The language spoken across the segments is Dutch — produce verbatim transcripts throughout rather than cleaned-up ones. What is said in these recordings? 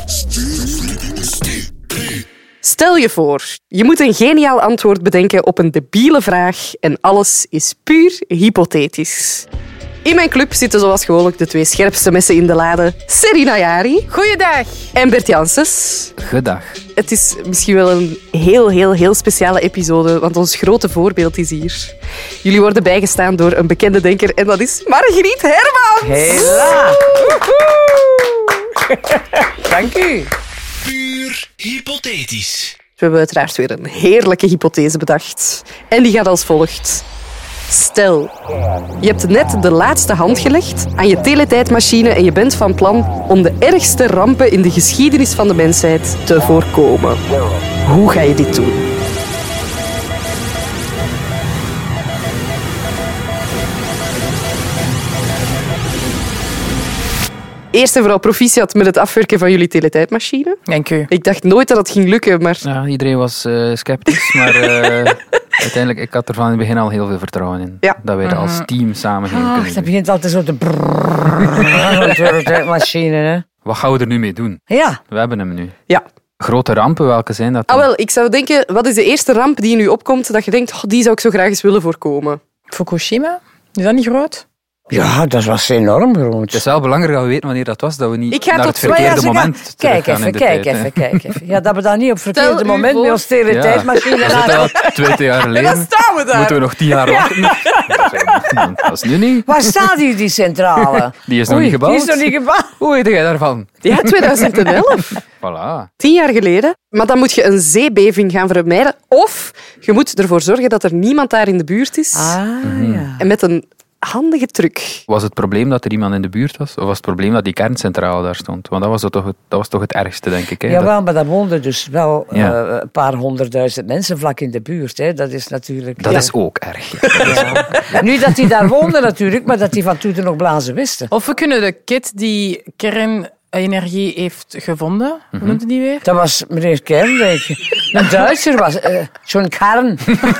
Stel je voor, je moet een geniaal antwoord bedenken op een debiele vraag en alles is puur hypothetisch. In mijn club zitten zoals gewoonlijk de twee scherpste messen in de lade. Serena Jari. Goeiedag. En Bert Janssens. Goedag. Het is misschien wel een heel, heel, heel speciale episode, want ons grote voorbeeld is hier. Jullie worden bijgestaan door een bekende denker en dat is Margriet Hermans. Hela. Dank u. Puur hypothetisch. We hebben uiteraard weer een heerlijke hypothese bedacht. En die gaat als volgt. Stel, je hebt net de laatste hand gelegd aan je teletijdmachine en je bent van plan om de ergste rampen in de geschiedenis van de mensheid te voorkomen. Hoe ga je dit doen? Eerst en vooral proficiat met het afwerken van jullie teletijdmachine. Dank u. Ik dacht nooit dat het ging lukken, maar... Ja, iedereen was uh, sceptisch, maar uh, uiteindelijk ik had er van in het begin al heel veel vertrouwen in. Ja. Dat wij dat als team samen gingen Ach, kunnen dat doen. begint altijd zo te brrrr. machine, hè? Wat gaan we er nu mee doen? Ja. We hebben hem nu. Ja. Grote rampen, welke zijn dat Ah, dan? wel, ik zou denken, wat is de eerste ramp die in u opkomt dat je denkt, oh, die zou ik zo graag eens willen voorkomen? Fukushima? Is dat niet groot? Ja, dat was enorm groot. Het is wel belangrijk dat we weten wanneer dat was, dat we niet Ik ga naar tot- het Maar ja, verkeerde ze gaan- moment Kijk teruggaan even, in de kijk tijd, even, hè. kijk even. Ja, dat we dat niet op het verkeerde Stel u moment voor- met ons teletijdmachine Dat laten. zit al twee jaar geleden. En dan staan we daar. Moeten we nog tien jaar wachten? Dat is nu niet. Waar staat hier die centrale? Die is nog Oei, niet gebouwd. Die is nog niet gebouwd. Hoe weet jij daarvan? Ja, tweeduizend elf. Voilà. Tien jaar geleden. Maar dan moet je een zeebeving gaan vermijden. Of je moet ervoor zorgen dat er niemand daar in de buurt is. Ah, ja. En met een handige truc. Was het probleem dat er iemand in de buurt was? Of was het probleem dat die kerncentrale daar stond? Want dat was toch het, dat was toch het ergste, denk ik. Hè? Dat- Jawel, maar daar woonden dus wel Ja. eh, een paar honderdduizend mensen vlak in de buurt. Hè. Dat is natuurlijk... Dat ja. is ook erg. Ja. Ja. Nu dat die daar woonden natuurlijk, maar dat die van toen nog blazen wisten. Of we kunnen de kit die kernenergie heeft gevonden, hoe noemt hij die weer? Dat was meneer Kern, denk ik. Een Duitser was uh, zo'n Kern.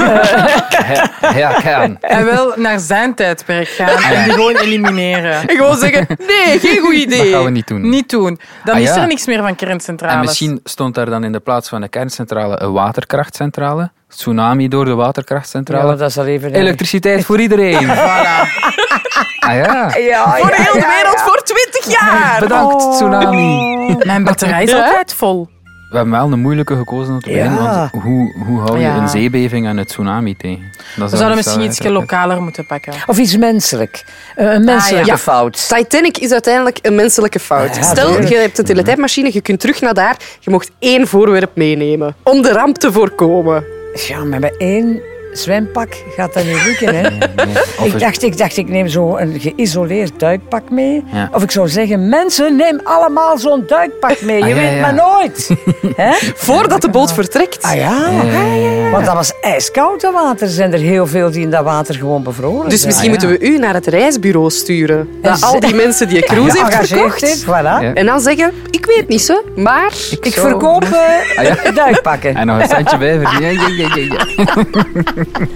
Ja, kern. En wel naar zijn tijdperk gaan en die gewoon elimineren. En gewoon zeggen, nee, geen goed idee. Dat gaan we niet doen. Niet doen. Dan Ah, is ja. er niks meer van kerncentrales. En misschien stond daar dan in de plaats van een kerncentrale een waterkrachtcentrale. Tsunami door de waterkrachtcentrale. Ja, dat is al even... Elektriciteit voor iedereen. Voilà. Ah ja. Ja, Voor ja, heel de ja, wereld, ja. voor twintig jaar. Bedankt, tsunami. Mijn batterij is altijd vol. We hebben wel een moeilijke gekozen om te Ja. beginnen. Want hoe, hoe hou je Ja. een zeebeving en een tsunami tegen? Dat We zou- zouden dat misschien zou iets eigenlijk- lokaler moeten pakken. Of iets menselijk. Uh, een menselijke ja. fout. Titanic is uiteindelijk een menselijke fout. Ja, Stel, tuurlijk. je hebt een teletijdmachine, je kunt terug naar daar. Je mocht één voorwerp meenemen om de ramp te voorkomen. Ja, maar bij één zwempak gaat dat niet lukken, hè? Nee, nee. Of Ik het- dacht, ik dacht, ik neem zo een geïsoleerd duikpak mee. Ja. Of ik zou zeggen, mensen, neem allemaal zo'n duikpak mee. Je Ah, ja, weet ja. maar nooit. Hè? Voordat de boot vertrekt. Ah ja. Want dat was ijskoud, dat water. Er zijn er heel veel die in dat water gewoon bevroren Dus zijn. misschien Ah, ja. moeten we u naar het reisbureau sturen. Naar ze- al die mensen die een cruise heeft Geëngageerd verkocht. heeft, voilà. Ja. En dan zeggen, ik weet niet zo, maar... Ik zou- verkoop eh, Ah, ja. duikpakken. En nog een centje bij verdienen. Ja, ja, ja, ja.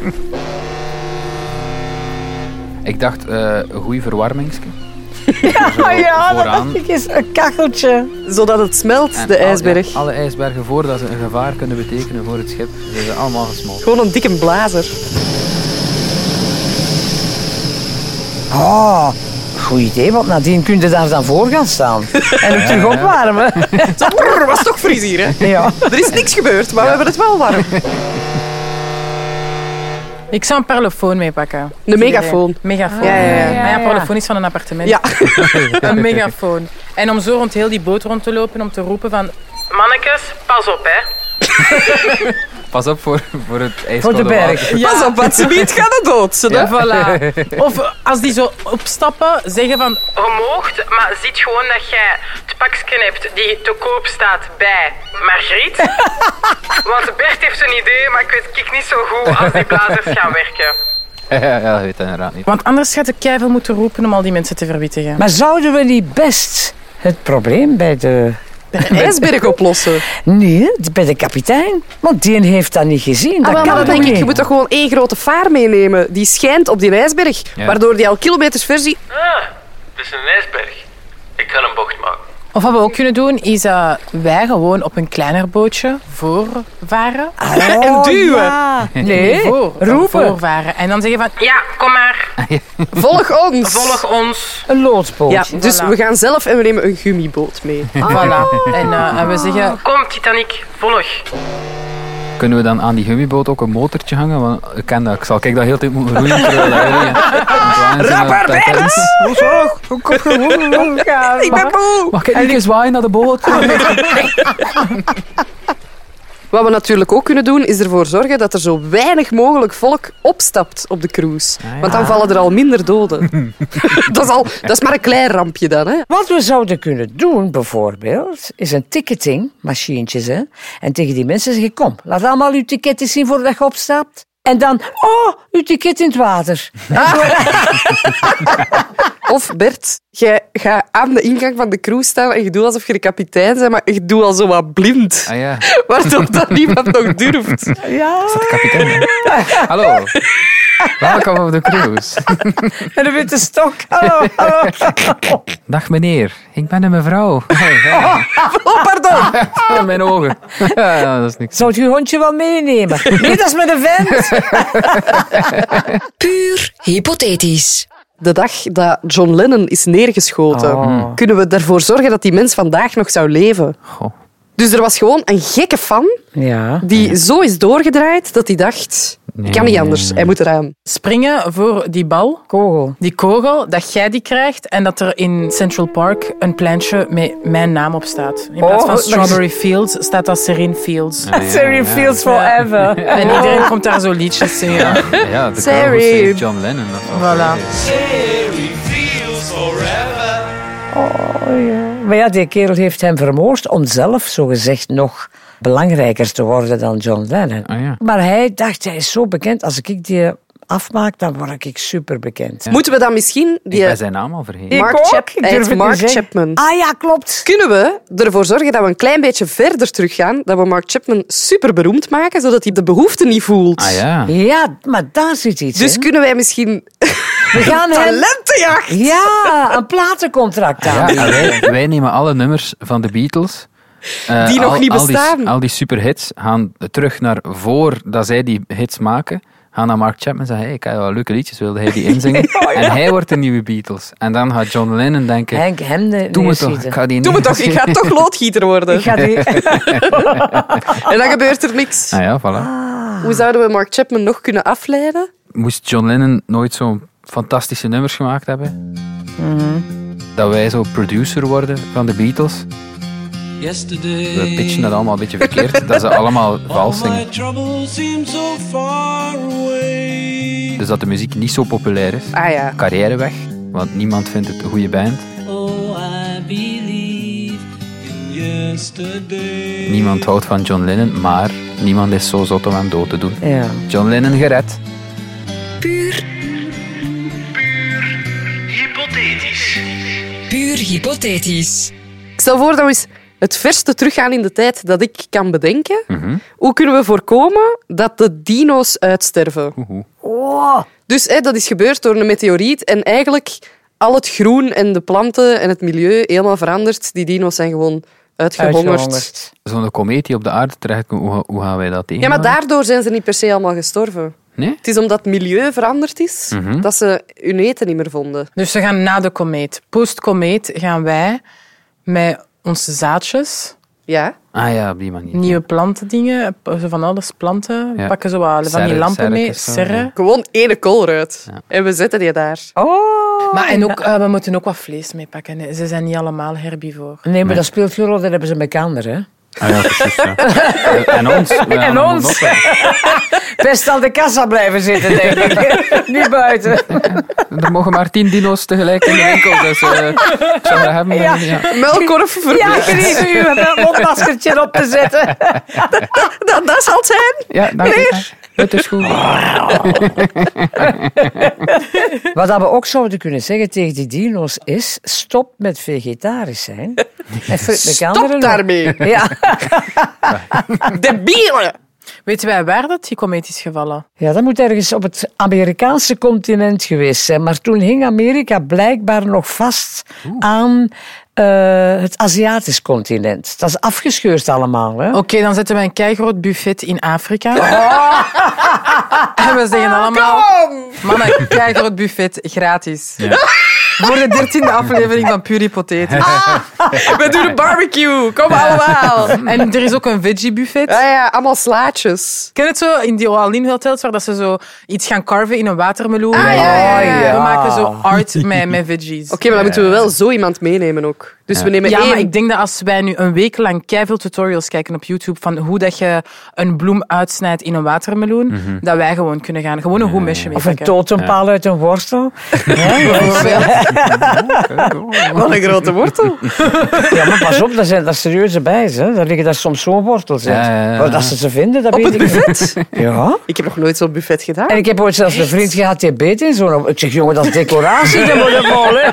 Ik dacht, eh, een goede verwarmingsje. Ah ja, dat vooraan. dacht ik eens. Een kacheltje. Zodat het smelt, En de al- ijsberg. ja, alle ijsbergen, voordat ze een gevaar kunnen betekenen voor het schip, zijn ze allemaal gesmolten. Gewoon een dikke blazer. Oh, goed idee, want nadien kun je daar dan voor gaan staan. En ook terug opwarmen. Zo, brrr, was toch fris hier, hè? Ja. Er is niks gebeurd, maar we hebben het wel warm. Ik zou een parlofoon meepakken. Een megafoon. Megafoon. Ja, ja, ja. Maar ja, ja. een parlofoon is van een appartement. Ja. Een megafoon. En om zo rond heel die boot rond te lopen, om te roepen van... Mannekes, pas op, hè. Pas op voor, voor het Voor ijskoude de berg. water. Pas op, wat ze biedt, gaat het dood. Ze, Ja, voilà. Of als die zo opstappen, zeggen van... Je moogt, maar ziet gewoon dat jij het pakje hebt die te koop staat bij Margriet. Want Bert heeft een idee, maar ik weet kijk niet zo goed als die blazers gaan werken. Ja, ja, dat weet ik inderdaad niet. Want anders gaat de keivel moeten roepen om al die mensen te verwittigen. Maar zouden we niet best het probleem bij de... de ijsberg oplossen. Nee, bij de kapitein. Want die heeft dat niet gezien. Ah, wel, Dat maar kan dan toch denk ik, niet? je moet toch gewoon één grote vaar meenemen. Die schijnt op die ijsberg, Ja. waardoor die al kilometers ver ziet. Ah, het is een ijsberg. Ik ga een bocht maken. Of wat we ook kunnen doen, is uh, wij gewoon op een kleiner bootje voorvaren. Oh, En duwen. Ja. Nee, Nee, voor, roepen. voorvaren. En dan zeggen van, ja, kom maar, Volg ons. volg ons. Een loodsbootje. Ja, dus Voilà. we gaan zelf en we nemen een gummiboot mee. Voilà. En, uh, en we zeggen, kom Titanic, volg. Kunnen we dan aan die gummiboot ook een motortje hangen? Want ik ken dat. Ik zal kijk dat heel de tijd moeten roeien. terwijl dat jullie aan het Rapper, zwaaien zijn. Ik ben moe. Mag ik niet eens zwaaien naar de boot? Wat we natuurlijk ook kunnen doen, is ervoor zorgen dat er zo weinig mogelijk volk opstapt op de cruise. Ah, ja. Want dan vallen er al minder doden. dat, is al, dat is maar een klein rampje dan, hè. Wat we zouden kunnen doen, bijvoorbeeld, is een ticketingmachientje. Hè? En tegen die mensen zeggen, kom, laat allemaal uw ticket eens zien voordat je opstapt. En dan, oh, uw ticket in het water. Of Bert, jij gaat aan de ingang van de cruise staan en je doet alsof je de kapitein bent, maar je doet al zo wat blind. Ah ja, Waardoor dat niemand nog durft. Ja, is dat de kapitein? hè? Hallo. Welkom op de cruise. en een witte stok. Hallo, hallo. Dag meneer, ik ben een mevrouw. Oh, pardon. In mijn ogen. Ja, dat is niks. Zou je uw hondje wel meenemen? Nee, dat is met een vent. Puur hypothetisch. De dag dat John Lennon is neergeschoten, Oh. kunnen we ervoor zorgen dat die mens vandaag nog zou leven. Goh. Dus er was gewoon een gekke fan Ja. die zo is doorgedraaid dat hij dacht, ik kan niet anders, hij moet eraan. Springen voor die bal, Kogel. die kogel, dat jij die krijgt en dat er in Central Park een plantje met mijn naam op staat. In plaats Oh, van dat is- Strawberry Fields staat dat Serene Fields. Serene Fields forever. En iedereen komt daar zo liedjes zingen. Ja, de Sorry. Carol Save John Lennon. Dat was Voilà. Harry feels forever. Oh, ja. Maar ja, die kerel heeft hem vermoord om zelf, zogezegd, nog belangrijker te worden dan John Lennon. Ah, ja. Maar hij dacht, hij is zo bekend, als ik die afmaak, dan word ik super bekend. Moeten we dan misschien... Ik Die ben zijn naam al vergeten. Ik Mark, ook, Chap- ik hij durf heet het Mark niet zeggen. Chapman. Ah ja, klopt. Kunnen we ervoor zorgen dat we een klein beetje verder teruggaan, dat we Mark Chapman super beroemd maken, zodat hij de behoefte niet voelt? Ah ja. Ja, maar daar zit iets Dus in. kunnen wij misschien We gaan hem... talentenjacht... Ja, een platencontract Ja, aan. en wij, wij nemen alle nummers van de Beatles. eh, Die nog al- niet al die- bestaan. Al die superhits gaan terug naar voordat zij die hits maken. Gaan naar Mark Chapman en zeggen, hey, ik heb wel leuke liedjes, wilde hij die inzingen? En hij wordt de nieuwe Beatles. En dan gaat John Lennon denken, Henk, hem de doe me toch, neerschieten. ik ga die Doe me toch, ik ga toch loodgieter worden. Ik ga die... En dan gebeurt er niks. Ah ja, voilà. Hoe zouden we Mark Chapman nog kunnen afleiden? Moest John Lennon nooit zo'n fantastische nummers gemaakt hebben? Dat wij zo producer worden van de Beatles? We pitchen dat allemaal een beetje verkeerd. Dat ze allemaal vals zingen. Dus dat de muziek niet zo populair is. Ah ja. Carrière weg, want niemand vindt het een goede band. Niemand houdt van John Lennon, maar niemand is zo zot om hem dood te doen. Ja. John Lennon gered. Puur, Hypothetisch. puur hypothetisch. Ik stel voor dat we eens het verste teruggaan in de tijd dat ik kan bedenken. Mhm. Hoe kunnen we voorkomen dat de dino's uitsterven? Oehoe. Oh, Dus hè, dat is gebeurd door een meteoriet en eigenlijk al het groen en de planten en het milieu helemaal veranderd. Die dino's zijn gewoon uitgehongerd. uitgehongerd. Zo'n komeet die op de aarde terechtkomt, hoe, hoe gaan wij dat tegen? Ja, maar daardoor zijn ze niet per se allemaal gestorven. Nee? Het is omdat het milieu veranderd is, Mhm. dat ze hun eten niet meer vonden. Dus we gaan na de komeet. Post-komeet gaan wij met onze zaadjes, Ja? Ah ja, op die manier. nieuwe plantendingen, zo van alles planten, Ja. pakken zo wat van die Serre- lampen mee, serretjes zo, serre. Gewoon ene koolruit. Ja. En we zetten die daar. Oh. Maar en ook, eh, we moeten ook wat vlees meepakken. Ze zijn niet allemaal herbivoor. Nee, maar dat speelt geen rol, dat hebben ze met elkaar, hè. Ah ja, precies. Ja. En ons. we En gaan ons. ook wel. Best aan de kassa blijven zitten, denk ik. Niet buiten. Er mogen maar tien dino's tegelijk in de winkel, dus uh, ik zou dat hebben. Ja. Ja. Ja. Melkkorf Ja, verplicht. geniet u een mondmaskertje op te zetten. dat, dat zal het zijn. Ja, dank u. Het is goed. Wat dat we ook zouden kunnen zeggen tegen die dino's is, stop met vegetarisch zijn. En fruit met Stop anderen. daarmee. Ja. Debielen. We Weten wij waar dat die komeet is gevallen? Ja, dat moet ergens op het Amerikaanse continent geweest zijn. Maar toen hing Amerika blijkbaar nog vast Oeh. aan uh, het Aziatisch continent. Dat is afgescheurd allemaal. Hè? Oké, okay, dan zetten we een keigroot buffet in Afrika. Oh. En we zeggen allemaal... Mannen, een keigroot buffet, gratis. Ja. Voor de dertiende aflevering van Puur Hypothetisch. Ah, we doen een barbecue, kom allemaal. En er is ook een veggie buffet. Ja, ja, allemaal slaatjes. Ken je het zo in die All-in hotels waar dat ze zo iets gaan carven in een watermeloen? Ah, ja, ja, ja. We maken zo art met, met veggies. Oké, okay, maar dan moeten we wel zo iemand meenemen ook. Dus ja. we nemen ja, één... maar ik denk dat als wij nu een week lang keiveel tutorials kijken op YouTube van hoe dat je een bloem uitsnijdt in een watermeloen, mm-hmm. dat wij gewoon kunnen gaan. Gewoon een goed mesje mee. Of een totempaal ja. uit een wortel. Ja, wat een grote wortel. Ja, maar pas op, dat zijn daar serieuze bij's. Hè. Daar liggen daar soms zo'n wortels in. Ja, ja, ja. Maar dat ze ze vinden, dat op weet het ik buffet? Niet. Ja. Ik heb nog nooit zo'n buffet gedaan. En ik heb ooit zelfs een vriend gehad die beet in zo'n... Ik zeg, jongen, dat is decoratie, dat moet je volgen.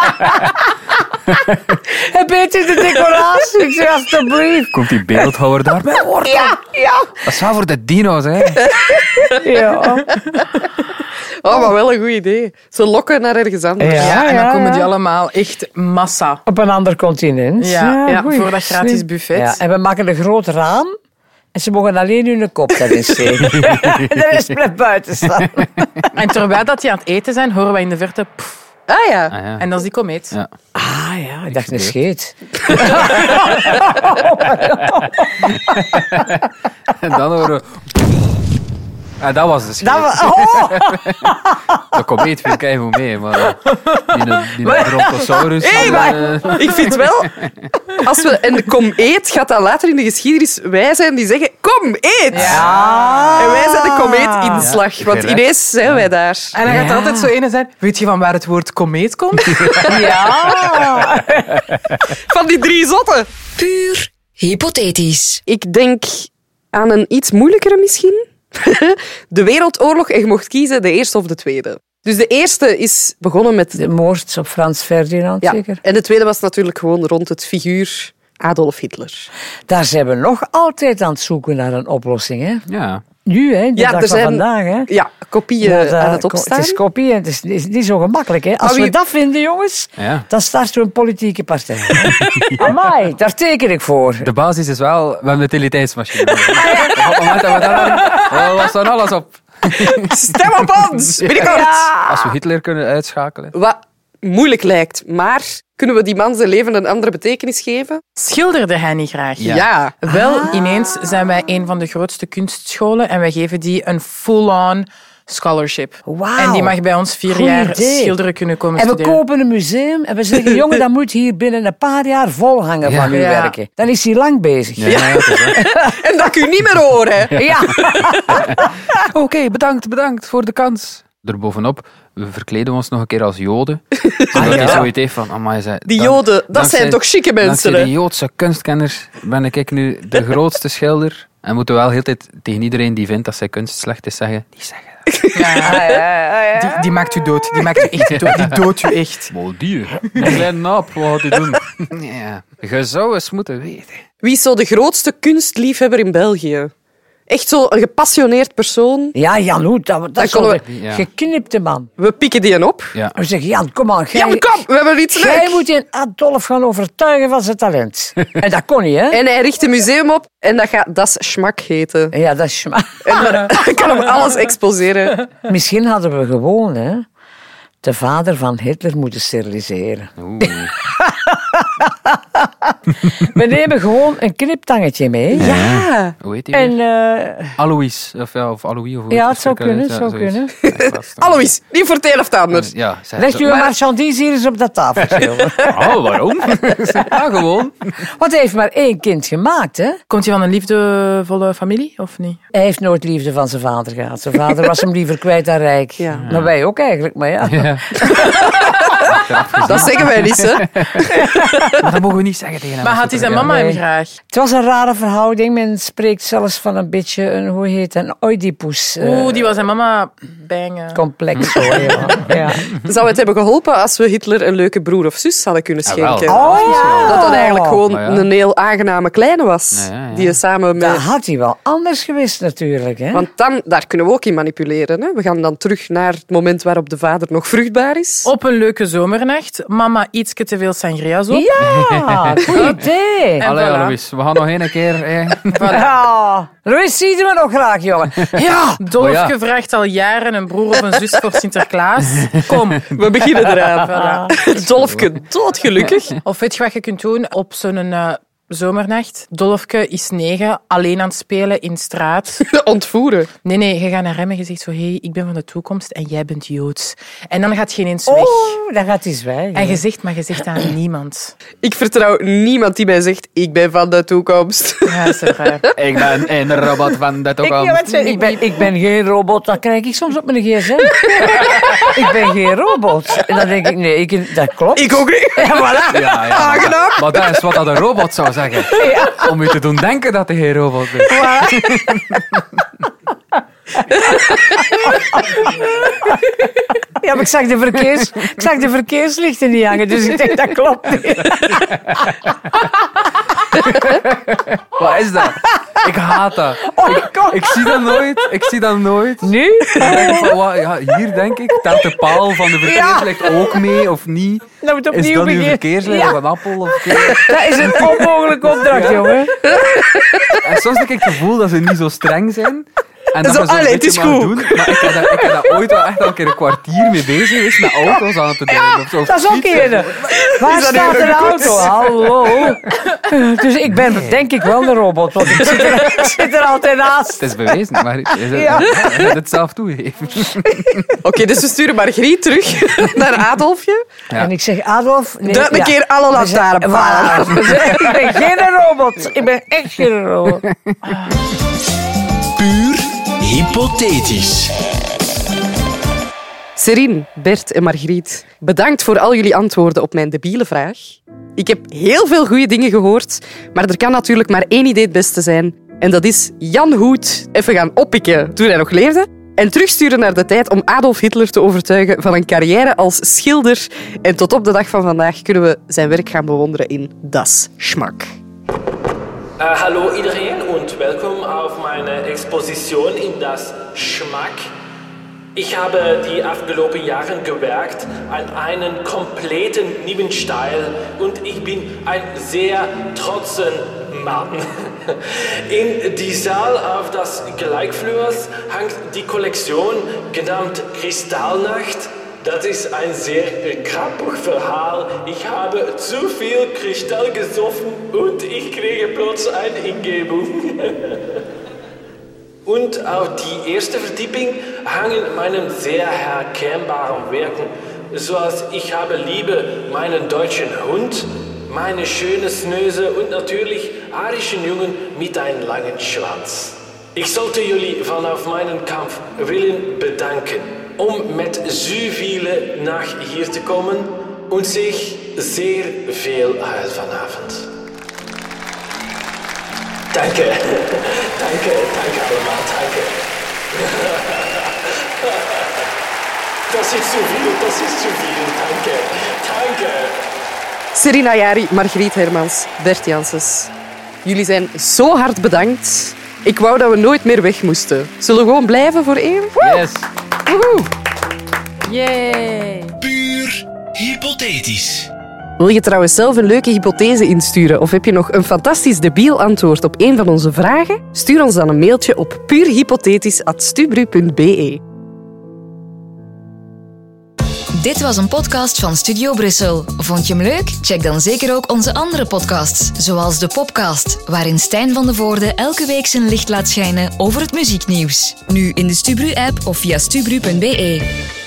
Hij beet in de decoratie. Ik zeg, alsjeblieft. Komt die beeldhouwer daarbij? Ja, ja. Dat is wel voor de dino's, hè? Ja. Oh, maar wel een goed idee. Ze lokken naar ergens anders. Ja, ja, en dan komen die allemaal echt massa. Op een ander continent. Ja, ja, voor dat gratis buffet. Ja, en we maken een groot raam. En ze mogen alleen hun kop daarin steken. De rest blijft buiten staan. En terwijl dat die aan het eten zijn, horen wij in de verte... Pff. Ah ja. ah ja. En dat is die komeet. Ja. Ah ja, ik dacht een scheet. En dan horen we... Ah, dat was de scheet. Dat was... oh! De komeet viel keigoed mee, maar die, die maar... Brontosaurus... Hey, maar, uh... ik vind wel... Als we, en de kom eet gaat dat later in de geschiedenis wij zijn die zeggen kom eet. Ja. En wij zijn de komeet-inslag, ja, want ineens zijn wij daar. En dan gaat er ja. altijd zo ene zijn. Weet je van waar het woord komeet komt? Ja. Van die drie zotten. Puur hypothetisch. Ik denk aan een iets moeilijkere misschien. De Wereldoorlog en je mocht kiezen de eerste of de tweede. Dus de eerste is begonnen met... De moord op Frans Ferdinand, ja. zeker? En de tweede was natuurlijk gewoon rond het figuur Adolf Hitler. Daar zijn we nog altijd aan het zoeken naar een oplossing, hè? Ja. Nu, hè? De ja, dag er van zijn, vandaag, hè? Ja, kopieën ja, dat, aan het opstaan. Het is kopieën, het is, het is niet zo gemakkelijk, hè? Als we wie... dat vinden, jongens, ja. dan starten we een politieke partij. Amai, daar teken ik voor. De basis is wel, we hebben de utiliteitsmachine. Op het moment dat we daar we lossen alles op. Stem op ons, binnenkort. Ja. Als we Hitler kunnen uitschakelen. Wat moeilijk lijkt, maar kunnen we die man zijn leven een andere betekenis geven? Schilderde hij niet graag? Ja. ja. Wel, ah. ineens zijn wij een van de grootste kunstscholen en wij geven die een full-on scholarship. Wow. En die mag bij ons vier Goeie jaar idee. schilderen kunnen komen en studeren. En we kopen een museum en we zeggen, jongen, dat moet hier binnen een paar jaar volhangen ja. van uw ja. werken. Dan is hij lang bezig. Ja, ja. Ja. En dat ik u niet meer hoor, hè. Ja. Oké, okay, bedankt, bedankt voor de kans. Erbovenop, we verkleden ons nog een keer als Joden. Zodat ah, ja. hij zoiets heeft van... Amai, zei, die Joden, dat dankzij, zijn toch chique mensen, dankzij de Joodse kunstkenners ben ik nu de grootste schilder. En moeten wel heel tijd tegen iedereen die vindt dat zijn kunst slecht is zeggen... Die zeggen dat. Ja, ja, ja, ja. Die, die maakt u dood. Die maakt u echt dood. Die doodt u echt. Maar die, die kleine naap, wat gaat hij doen? Ja, je zou eens moeten weten. Wie is zo de grootste kunstliefhebber in België? Echt zo een gepassioneerd persoon. Ja, Jan Hoed, dat, dat is zo'n we... ja. geknipte man. We pikken die op. Ja. We zeggen, Jan, kom aan. Gij, Jan, kom, we hebben iets leuk. Jij moet in Adolf gaan overtuigen van zijn talent. En dat kon niet, hè? En hij richt een museum op en dat gaat Das Schmack heten. Ja, dat is schmak. En dan kan hem alles exposeren. Misschien hadden we gewoon, hè, de vader van Hitler moeten steriliseren. We nemen gewoon een kniptangetje mee. Ja. ja. Hoe heet die en, uh... Alois. Of, of Alois. Of ja, het zou kunnen. Het zou kunnen. Alois, niet voor het een of het ander. Ja, legt u een maar... marchandise hier eens op dat tafeltje. Oh, waarom? Ja, gewoon. Want hij heeft maar één kind gemaakt, hè? Komt hij van een liefdevolle familie, of niet? Hij heeft nooit liefde van zijn vader gehad. Zijn vader was hem liever kwijt dan rijk. Ja. Maar wij ook eigenlijk, maar ja. ja. Dat zeggen wij niet, hè. Maar dat mogen we niet zeggen tegen hem. Maar had hij zijn mama hem graag? Het was een rare verhouding. Men spreekt zelfs van een beetje een, hoe heet het, een Oedipus. Uh, Oeh, die was zijn mama bangen. complex. Zo, ja. Ja. Zou het hebben geholpen als we Hitler een leuke broer of zus hadden kunnen Ah, wel. schenken? Oh, ja. Dat dat eigenlijk gewoon Maar ja. een heel aangename kleine was. Ja, ja, ja. Die je samen met... Dat had hij wel anders geweest natuurlijk. Hè? Want dan, daar kunnen we ook in manipuleren. Hè? We gaan dan terug naar het moment waarop de vader nog vruchtbaar is. Op een leuke zomernacht. Mama iets te veel sangria's op. Ja, goed idee. En Allee, voilà. Louis, we gaan nog één keer... Eh. Ja. Louis ziet me nog graag, jongen. Ja. Dolfje Oh ja. vraagt al jaren een broer of een zus voor Sinterklaas. Kom. We beginnen eraan. Dolfke, doodgelukkig. Of weet je wat je kunt doen op zo'n uh, zomernacht? Dolfke is negen, alleen aan het spelen in straat. Ontvoeren. Nee, nee, je gaat naar hem en je zegt zo, hey, ik ben van de toekomst en jij bent Joods. En dan gaat je ineens weg. Oh, dan gaat hij zwijgen. En je zegt, maar je zegt aan niemand. Ik vertrouw niemand die mij zegt, ik ben van de toekomst. Ja, is er waar. Ik ben een robot van de Ik, toekomst. ja, wat zeg, ik, ben, ik ben geen robot, dat krijg ik soms op mijn gsm. Ik ben geen robot. En dan denk ik, nee, ik, dat klopt. Ik ook niet. Ja, voilà. Ja, ja, maar, Aangenaam. maar dat is wat dat een robot zou zeggen. Om je te doen denken dat hij geen robot is. Ja, maar ik zag de, verkeers, ik zag de verkeerslichten niet hangen, dus ik denk, dat klopt niet. Wat is dat? Ik haat dat. Oh, Ik, God. ik zie dat nooit. Ik zie dat nooit. Nu? Dan denk ik van, wat, ja, hier denk ik, telt de paal van de verkeerslicht ook mee of niet? Dat moet Is opnieuw dat nu beginnen. verkeerslicht Ja. of een appel? Of Dat is een onmogelijke opdracht, jongen. En soms heb ik het gevoel dat ze niet zo streng zijn. En dat Zo, je zo'n allee, het beetje is mag goed. doen. Maar ik heb, daar, ik heb daar ooit wel echt al een keer een kwartier mee bezig geweest met auto's aan te doen. Of zo, of Dat is ook fietsen. een. Waar dat staat nu een een auto? Hallo. Dus ik ben denk ik wel een robot, want ik zit er, ik zit er altijd naast. Het is bewezen, maar je hebt Ja. je hebt het zelf toegegeven. Oké, dus we sturen Margriet terug naar Adolfje. Ja. En ik zeg, Adolf... Nee, Duid een ja. keer alle lantaarnpalen. Voilà. Ik ben geen robot. Ik ben echt geen robot. Puur hypothetisch. Serine, Bert en Margriet, bedankt voor al jullie antwoorden op mijn debiele vraag. Ik heb heel veel goede dingen gehoord, maar er kan natuurlijk maar één idee het beste zijn. En dat is Jan Hoed even gaan oppikken toen hij nog leefde en terugsturen naar de tijd om Adolf Hitler te overtuigen van een carrière als schilder. En tot op de dag van vandaag kunnen we zijn werk gaan bewonderen in Das Schmack. Äh, hallo iedereen und willkommen auf meine Exposition in das Schmack. Ich habe die afgelopen Jahre gewerkt an einen kompletten neuen Stil und ich bin ein sehr trotzer Mann. In die Saal auf das Gleichflurs hangt die Kollektion genannt Kristallnacht. Das ist ein sehr krappig Verhaal. Ich habe zu viel Kristall gesoffen und ich kriege plötzlich eine Hingebung. Und auf die erste Vertipping hangen meine sehr erkennbaren Werken, zoals Ich habe Liebe, meinen deutschen Hund, meine schöne Snöse und natürlich arischen Jungen mit einem langen Schwanz. Ich sollte jullie vanaf meinen Kampf willen bedanken, om met zo viele nach hier te komen und sich sehr veel heil vanavond. Danke, danke, danke allemaal, danke. Das ist zu viel, das ist zu viel, danke, danke. Serina Jari, Margriet Hermans, Bert Janssens. Jullie zijn zo hard bedankt. Ik wou dat we nooit meer weg moesten. Zullen we gewoon blijven voor eeuwig? Yes. Woehoe. Yay. Puur hypothetisch. Wil je trouwens zelf een leuke hypothese insturen of heb je nog een fantastisch debiel antwoord op een van onze vragen? Stuur ons dan een mailtje op puurhypothetisch at stubru punt be. Dit was een podcast van Studio Brussel. Vond je hem leuk? Check dan zeker ook onze andere podcasts, zoals de Popcast, waarin Stijn van de Voorde elke week zijn licht laat schijnen over het muzieknieuws. Nu in de Stubru-app of via stubru punt be.